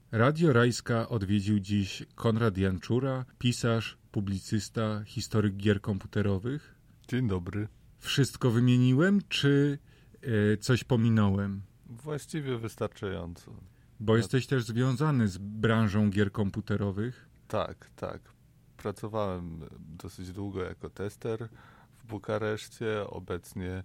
Radio Rajska odwiedził dziś Konrad Janczura, pisarz, publicysta, historyk gier komputerowych. Dzień dobry. Wszystko wymieniłem, czy coś pominąłem? Właściwie wystarczająco. Bo jesteś też związany z branżą gier komputerowych. Tak. Pracowałem dosyć długo jako tester w Bukareszcie. Obecnie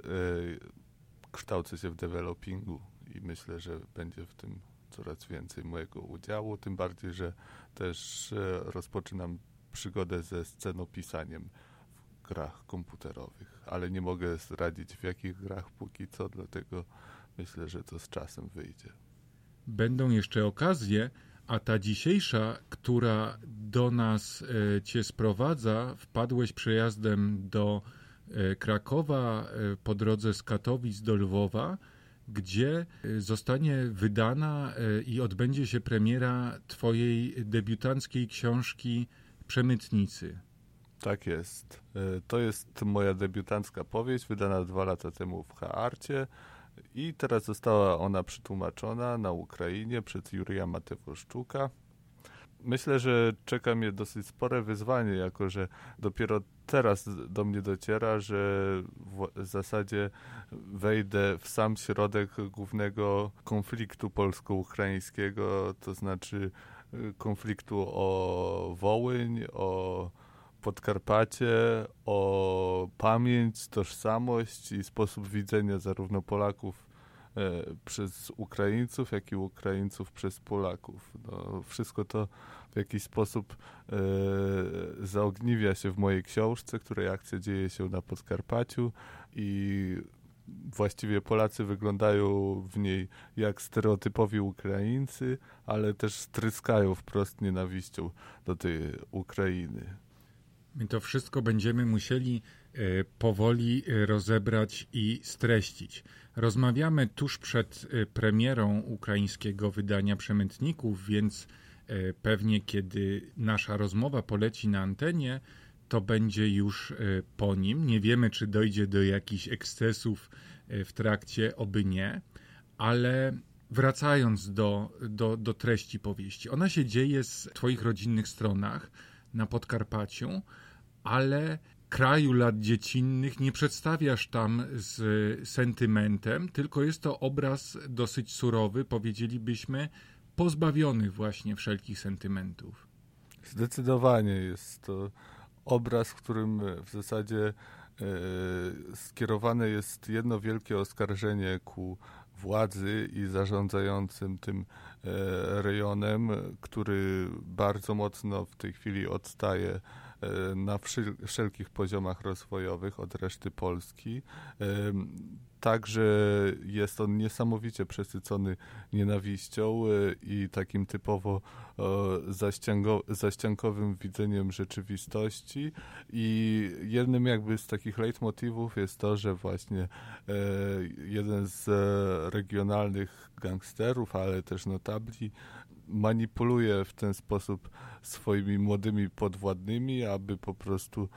kształcę się w developingu i myślę, że będzie w tym coraz więcej mojego udziału. Tym bardziej, że też rozpoczynam przygodę ze scenopisaniem w grach komputerowych. Ale nie mogę zdradzić, w jakich grach póki co, dlatego myślę, że to z czasem wyjdzie. Będą jeszcze okazje, a ta dzisiejsza, która do nas cię sprowadza, wpadłeś przejazdem do Krakowa po drodze z Katowic do Lwowa, gdzie zostanie wydana i odbędzie się premiera twojej debiutanckiej książki Przemytnicy. Tak jest. To jest moja debiutancka powieść, wydana 2 lata temu w Haarcie i teraz została ona przetłumaczona na Ukrainie przez Jurija Matewoszczuka. Myślę, że czeka mnie dosyć spore wyzwanie, jako że dopiero teraz do mnie dociera, że w zasadzie wejdę w sam środek głównego konfliktu polsko-ukraińskiego, to znaczy konfliktu o Wołyń, o Podkarpacie, o pamięć, tożsamość i sposób widzenia zarówno Polaków przez Ukraińców, jak i Ukraińców przez Polaków. No, wszystko to w jakiś sposób zaogniwia się w mojej książce, której akcja dzieje się na Podkarpaciu i właściwie Polacy wyglądają w niej jak stereotypowi Ukraińcy, ale też tryskają wprost nienawiścią do tej Ukrainy. My to wszystko będziemy musieli powoli rozebrać i streścić. Rozmawiamy tuż przed premierą ukraińskiego wydania Przemytników, więc pewnie kiedy nasza rozmowa poleci na antenie, to będzie już po nim. Nie wiemy, czy dojdzie do jakichś ekscesów w trakcie, oby nie, ale wracając do treści powieści. Ona się dzieje w twoich rodzinnych stronach na Podkarpaciu, ale kraju lat dziecinnych nie przedstawiasz tam z sentymentem, tylko jest to obraz dosyć surowy, powiedzielibyśmy, pozbawiony właśnie wszelkich sentymentów. Zdecydowanie jest to obraz, w którym w zasadzie skierowane jest jedno wielkie oskarżenie ku władzy i zarządzającym tym rejonem, który bardzo mocno w tej chwili odstaje na wszelkich poziomach rozwojowych od reszty Polski. Także jest on niesamowicie przesycony nienawiścią i takim typowo zaściankowym widzeniem rzeczywistości i jednym jakby z takich leitmotywów jest to, że właśnie jeden z regionalnych gangsterów, ale też notabli manipuluje w ten sposób swoimi młodymi podwładnymi, aby po prostu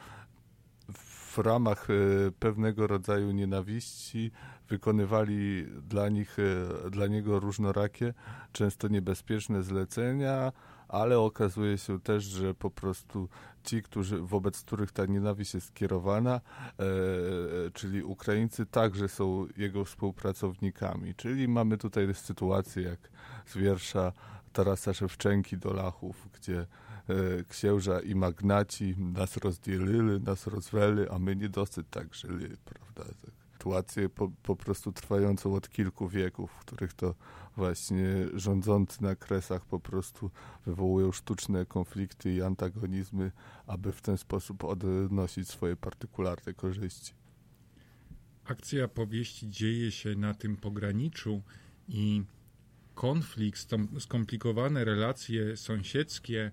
w ramach pewnego rodzaju nienawiści wykonywali dla niego różnorakie, często niebezpieczne zlecenia, ale okazuje się też, że po prostu ci, wobec których ta nienawiść jest skierowana, czyli Ukraińcy, także są jego współpracownikami. Czyli mamy tutaj sytuację jak z wiersza Tarasa Szewczenki do Lachów, gdzie księża i magnaci nas rozdzielili, nas rozweli, a my niedosyt tak żyli, prawda? Sytuację po prostu trwającą od kilku wieków, w których to właśnie rządzący na Kresach po prostu wywołują sztuczne konflikty i antagonizmy, aby w ten sposób odnosić swoje partykularne korzyści. Akcja powieści dzieje się na tym pograniczu i konflikt, skomplikowane relacje sąsiedzkie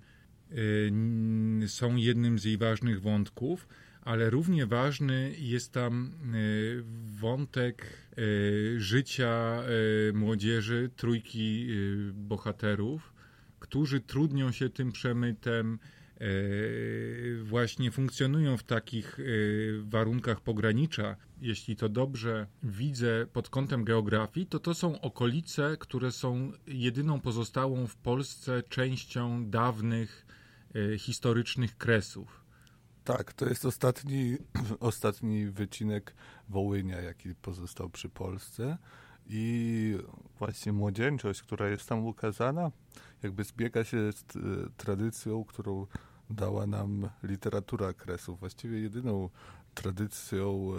są jednym z jej ważnych wątków, ale równie ważny jest tam wątek życia młodzieży, trójki bohaterów, którzy trudnią się tym przemytem, właśnie funkcjonują w takich warunkach pogranicza. Jeśli to dobrze widzę pod kątem geografii, to są okolice, które są jedyną pozostałą w Polsce częścią dawnych historycznych Kresów. Tak, to jest ostatni wycinek Wołynia, jaki pozostał przy Polsce. I właśnie młodzieńczość, która jest tam ukazana, jakby zbiega się z tradycją, którą dała nam literatura Kresów. Właściwie jedyną tradycją,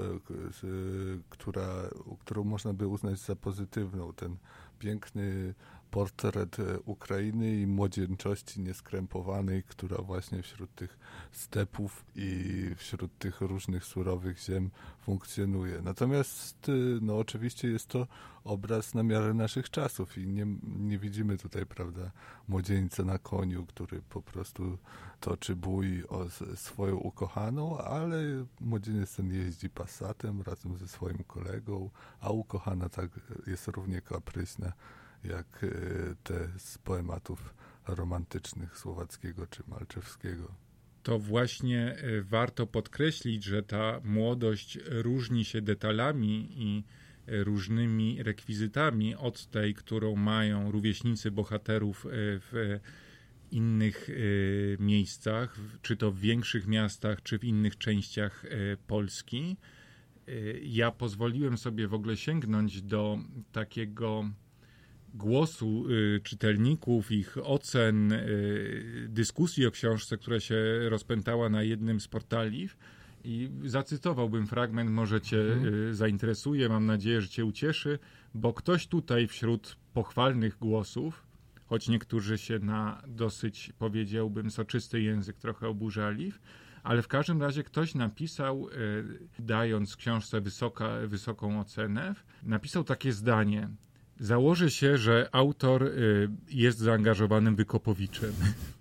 którą można by uznać za pozytywną. Ten piękny portret Ukrainy i młodzieńczości nieskrępowanej, która właśnie wśród tych stepów i wśród tych różnych surowych ziem funkcjonuje. Natomiast no oczywiście jest to obraz na miarę naszych czasów i nie widzimy tutaj, prawda, młodzieńca na koniu, który po prostu toczy bój o swoją ukochaną, ale młodzieniec ten jeździ Passatem razem ze swoim kolegą, a ukochana tak jest równie kapryśna jak te z poematów romantycznych Słowackiego czy Malczewskiego. To właśnie warto podkreślić, że ta młodość różni się detalami i różnymi rekwizytami od tej, którą mają rówieśnicy bohaterów w innych miejscach, czy to w większych miastach, czy w innych częściach Polski. Ja pozwoliłem sobie w ogóle sięgnąć do takiego głosu czytelników, ich ocen, dyskusji o książce, która się rozpętała na jednym z portali i zacytowałbym fragment, może cię zainteresuje, mam nadzieję, że cię ucieszy, bo ktoś tutaj wśród pochwalnych głosów, choć niektórzy się na dosyć, powiedziałbym, soczysty język trochę oburzali, ale w każdym razie ktoś napisał, dając książce wysoką ocenę, napisał takie zdanie: założę się, że autor jest zaangażowanym wykopowiczem.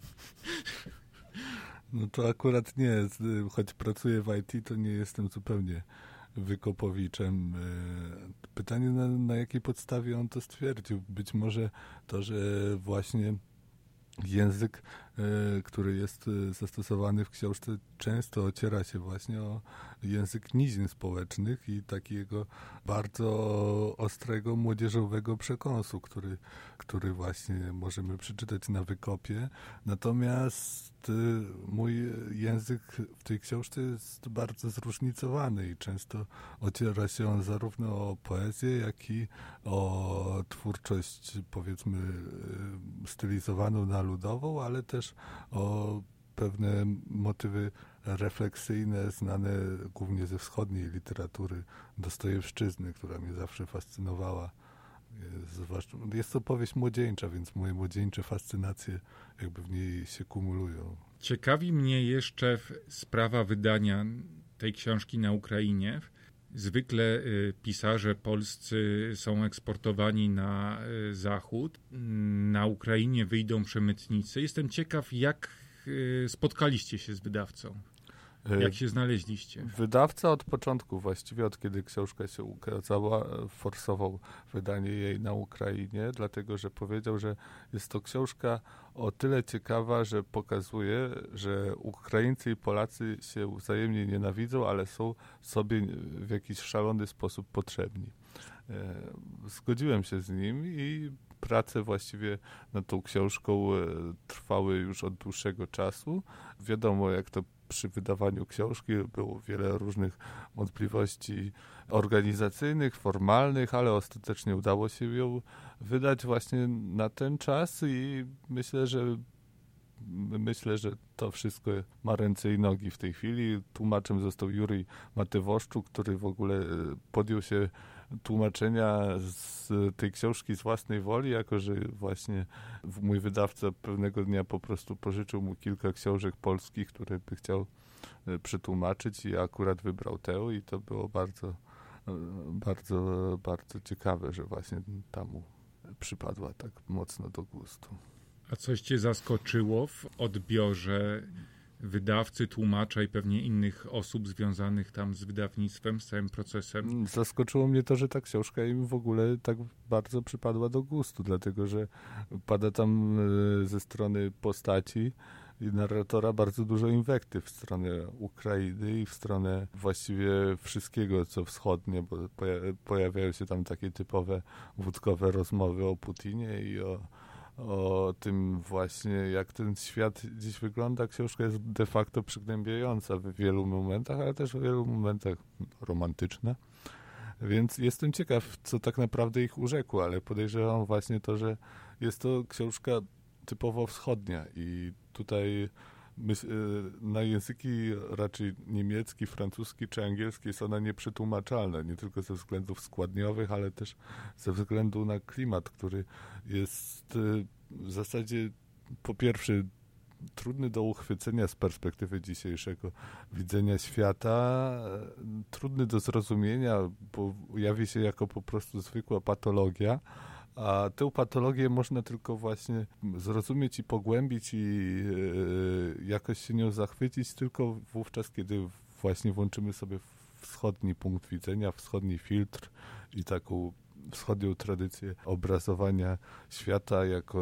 No to akurat nie, choć pracuję w IT, to nie jestem zupełnie wykopowiczem. Pytanie, na jakiej podstawie on to stwierdził. Być może to, że właśnie język, który jest zastosowany w książce, często ociera się właśnie o język nizin społecznych i takiego bardzo ostrego, młodzieżowego przekąsu, który właśnie możemy przeczytać na wykopie. Natomiast mój język w tej książce jest bardzo zróżnicowany i często ociera się on zarówno o poezję, jak i o twórczość, powiedzmy, stylizowaną na ludową, ale też o pewne motywy refleksyjne znane głównie ze wschodniej literatury Dostojewszczyzny, która mnie zawsze fascynowała. Jest to powieść młodzieńcza, więc moje młodzieńcze fascynacje jakby w niej się kumulują. Ciekawi mnie jeszcze sprawa wydania tej książki na Ukrainie. Zwykle pisarze polscy są eksportowani na zachód. Na Ukrainie wyjdą przemytnicy. Jestem ciekaw, jak spotkaliście się z wydawcą. Jak się znaleźliście? Wydawca od początku, właściwie od kiedy książka się ukazała, forsował wydanie jej na Ukrainie, dlatego że powiedział, że jest to książka o tyle ciekawa, że pokazuje, że Ukraińcy i Polacy się wzajemnie nienawidzą, ale są sobie w jakiś szalony sposób potrzebni. Zgodziłem się z nim i prace właściwie nad tą książką trwały już od dłuższego czasu. Wiadomo, jak to przy wydawaniu książki było wiele różnych wątpliwości organizacyjnych, formalnych, ale ostatecznie udało się ją wydać właśnie na ten czas i myślę, że to wszystko ma ręce i nogi w tej chwili. Tłumaczem został Jurij Matewoszczuk, który w ogóle podjął się tłumaczenia z tej książki z własnej woli, jako że właśnie mój wydawca pewnego dnia po prostu pożyczył mu kilka książek polskich, które by chciał przetłumaczyć i akurat wybrał tę i to było bardzo, bardzo, bardzo ciekawe, że właśnie ta mu przypadła tak mocno do gustu. A coś cię zaskoczyło w odbiorze wydawcy, tłumacza i pewnie innych osób związanych tam z wydawnictwem, z całym procesem? Zaskoczyło mnie to, że ta książka im w ogóle tak bardzo przypadła do gustu, dlatego że pada tam ze strony postaci i narratora bardzo dużo inwektyw w stronę Ukrainy i w stronę właściwie wszystkiego, co wschodnie, bo pojawiają się tam takie typowe wódkowe rozmowy o Putinie i o tym właśnie, jak ten świat dziś wygląda. Książka jest de facto przygnębiająca w wielu momentach, ale też w wielu momentach romantyczna. Więc jestem ciekaw, co tak naprawdę ich urzekło, ale podejrzewam właśnie to, że jest to książka typowo wschodnia i tutaj na języki raczej niemiecki, francuski czy angielski jest ona nieprzetłumaczalna, nie tylko ze względów składniowych, ale też ze względu na klimat, który jest w zasadzie po pierwsze trudny do uchwycenia z perspektywy dzisiejszego widzenia świata, trudny do zrozumienia, bo jawi się jako po prostu zwykła patologia, a tę patologię można tylko właśnie zrozumieć i pogłębić i jakoś się nią zachwycić tylko wówczas, kiedy właśnie włączymy sobie wschodni punkt widzenia, wschodni filtr i taką wschodnią tradycję obrazowania świata jako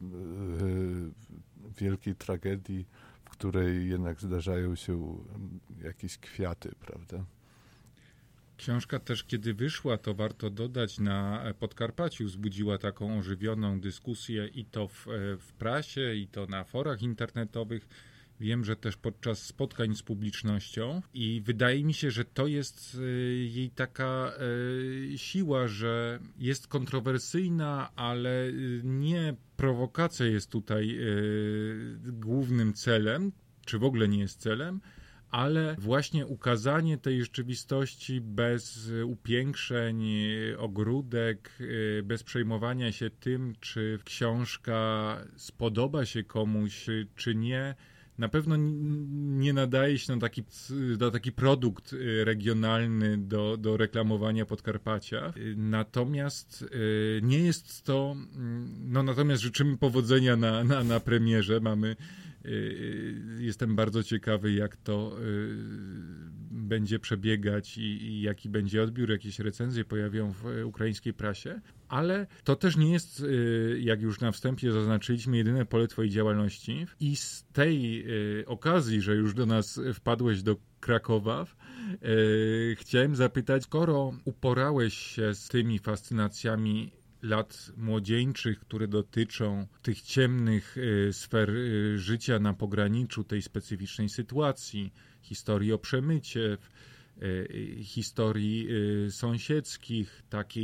wielkiej tragedii, w której jednak zdarzają się jakieś kwiaty, prawda? Książka też, kiedy wyszła, to warto dodać, na Podkarpaciu wzbudziła taką ożywioną dyskusję i to w prasie, i to na forach internetowych. Wiem, że też podczas spotkań z publicznością i wydaje mi się, że to jest jej taka siła, że jest kontrowersyjna, ale nie prowokacja jest tutaj głównym celem, czy w ogóle nie jest celem, ale właśnie ukazanie tej rzeczywistości bez upiększeń, ogródek, bez przejmowania się tym, czy książka spodoba się komuś, czy nie. Na pewno nie nadaje się na taki produkt regionalny do reklamowania Podkarpacia. Natomiast nie jest to... natomiast życzymy powodzenia na premierze. Jestem bardzo ciekawy, jak to będzie przebiegać i jaki będzie odbiór, jakieś recenzje pojawią w ukraińskiej prasie. Ale to też nie jest, jak już na wstępie zaznaczyliśmy, jedyne pole twojej działalności. I z tej okazji, że już do nas wpadłeś do Krakowa, chciałem zapytać, skoro uporałeś się z tymi fascynacjami lat młodzieńczych, które dotyczą tych ciemnych sfer życia na pograniczu tej specyficznej sytuacji, historii o przemycie, historii sąsiedzkich,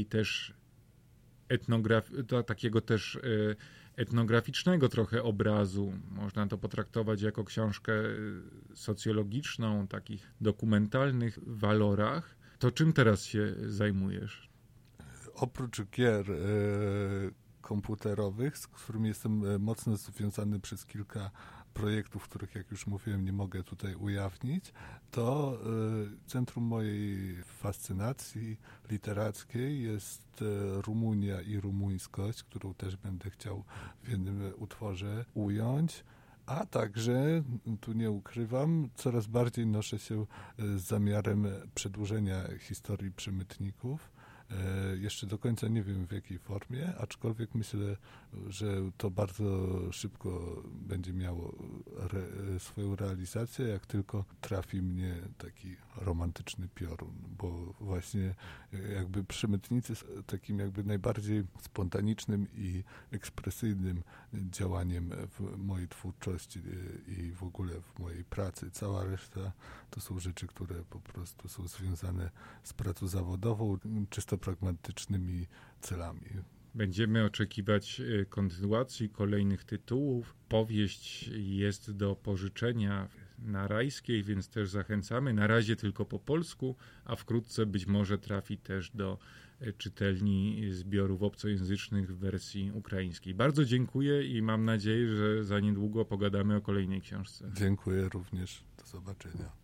takiego też etnograficznego trochę obrazu. Można to potraktować jako książkę socjologiczną, takich dokumentalnych walorach. To czym teraz się zajmujesz? Oprócz gier komputerowych, z którymi jestem mocno związany przez kilka projektów, których, jak już mówiłem, nie mogę tutaj ujawnić, to centrum mojej fascynacji literackiej jest Rumunia i rumuńskość, którą też będę chciał w jednym utworze ująć. A także, tu nie ukrywam, coraz bardziej noszę się z zamiarem przedłużenia historii przemytników. Jeszcze do końca nie wiem, w jakiej formie, aczkolwiek myślę, że to bardzo szybko będzie miało swoją realizację, jak tylko trafi mnie taki romantyczny piorun, bo właśnie jakby przemytnicy są takim jakby najbardziej spontanicznym i ekspresyjnym działaniem w mojej twórczości i w ogóle w mojej pracy. Cała reszta to są rzeczy, które po prostu są związane z pracą zawodową, czysto pragmatycznymi celami. Będziemy oczekiwać kontynuacji kolejnych tytułów. Powieść jest do pożyczenia na Rajskiej, więc też zachęcamy. Na razie tylko po polsku, a wkrótce być może trafi też do czytelni zbiorów obcojęzycznych w wersji ukraińskiej. Bardzo dziękuję i mam nadzieję, że za niedługo pogadamy o kolejnej książce. Dziękuję również. Do zobaczenia.